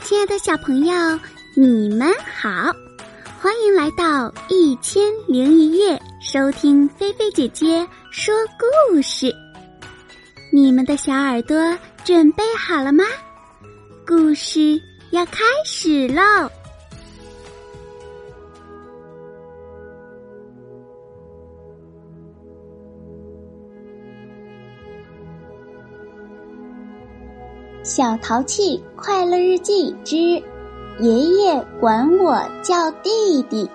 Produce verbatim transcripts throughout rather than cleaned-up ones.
亲爱的小朋友，你们好，欢迎来到一千零一夜，收听菲菲姐姐说故事。你们的小耳朵准备好了吗？故事要开始喽！小淘气快乐日记之爷爷管我叫弟弟。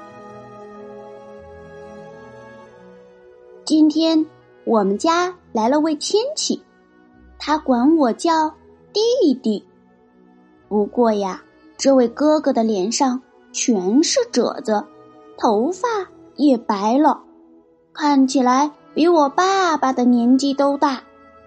今天我们家来了位亲戚，他管我叫弟弟。不过呀，这位哥哥的脸上全是褶子，头发也白了，看起来比我爸爸的年纪都大。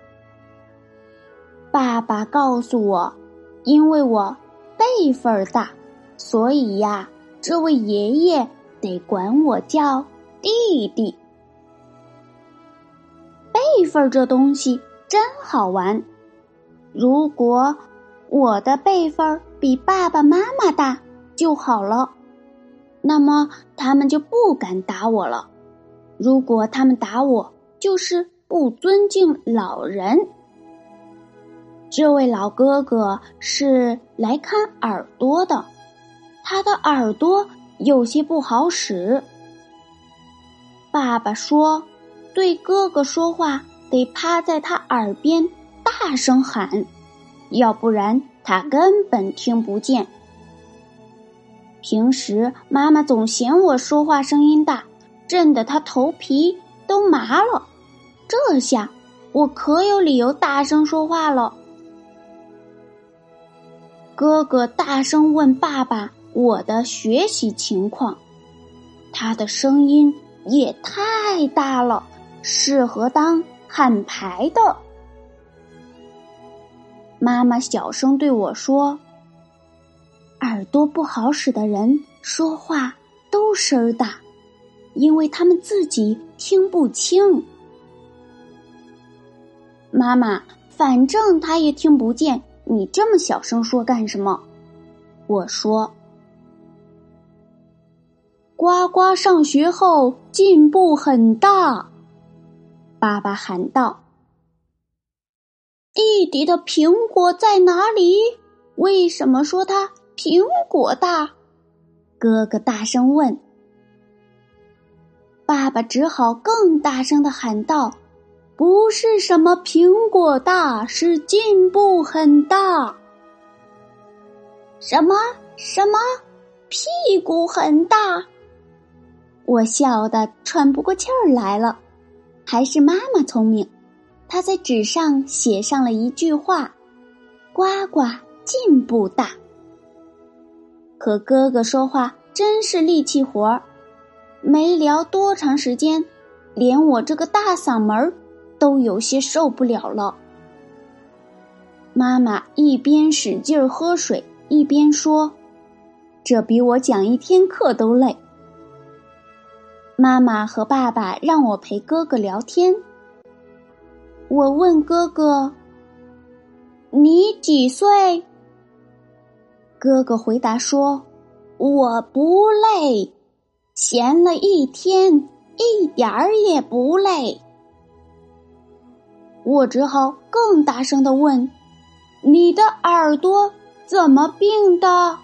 爸爸告诉我，因为我辈分大，所以呀，这位爷爷得管我叫弟弟。辈分这东西真好玩，如果我的辈分比爸爸妈妈大就好了，那么他们就不敢打我了。如果他们打我，就是不尊敬老人。这位老哥哥是来看耳朵的，他的耳朵有些不好使。爸爸说，对哥哥说话得趴在他耳边大声喊，要不然他根本听不见。平时妈妈总嫌我说话声音大，震得他头皮都麻了。这下我可有理由大声说话了。哥哥大声问爸爸我的学习情况，他的声音也太大了，适合当喊牌的。妈妈小声对我说，耳朵不好使的人说话都声儿大，因为他们自己听不清。妈妈，反正他也听不见，你这么小声说干什么？我说，呱呱上学后进步很大。爸爸喊道，弟弟的苹果在哪里？为什么说他苹果大？哥哥大声问。爸爸只好更大声地喊道，不是什么苹果大，是进步很大。什么什么屁股很大？我笑得喘不过气儿来了。还是妈妈聪明，她在纸上写上了一句话，呱呱进步大。可哥哥说话真是力气活儿，没聊多长时间，连我这个大嗓门都有些受不了了。妈妈一边使劲喝水，一边说，这比我讲一天课都累。妈妈和爸爸让我陪哥哥聊天。我问哥哥，你几岁？哥哥回答说，我不累，闲了一天，一点儿也不累。我只好更大声地问，你的耳朵怎么病的？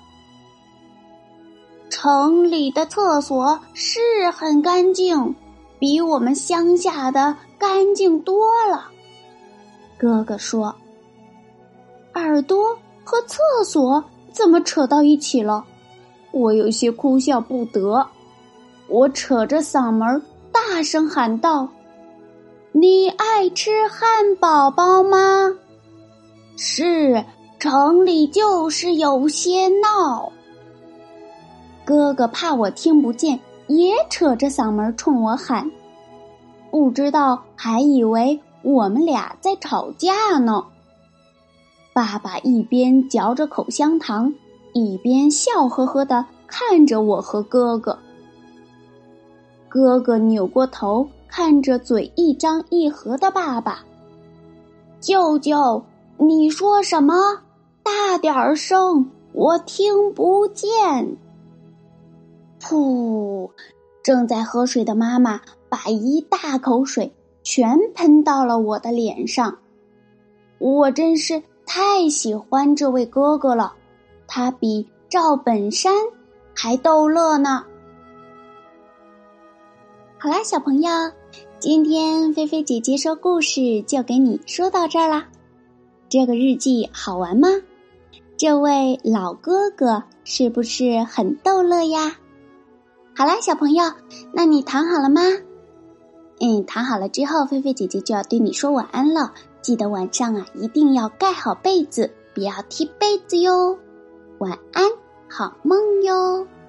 城里的厕所是很干净，比我们乡下的干净多了。哥哥说，耳朵和厕所怎么扯到一起了？我有些哭笑不得。我扯着嗓门大声喊道，你爱吃汉堡包吗？是，城里就是有些闹。哥哥怕我听不见，也扯着嗓门冲我喊，不知道还以为我们俩在吵架呢。爸爸一边嚼着口香糖，一边笑呵呵地看着我和哥哥。哥哥扭过头看着嘴一张一合的爸爸，舅舅，你说什么？大点儿声， 我听不见。噗！正在喝水的妈妈把一大口水全喷到了我的脸上。我真是太喜欢这位哥哥了，他比赵本山还逗乐呢。好啦，小朋友，今天菲菲姐姐说故事就给你说到这儿啦。这个日记好玩吗？这位老哥哥是不是很逗乐呀？好啦，小朋友，那你躺好了吗？嗯，躺好了之后，菲菲姐姐就要对你说晚安了。记得晚上啊，一定要盖好被子，不要踢被子哟。晚安，好梦哟。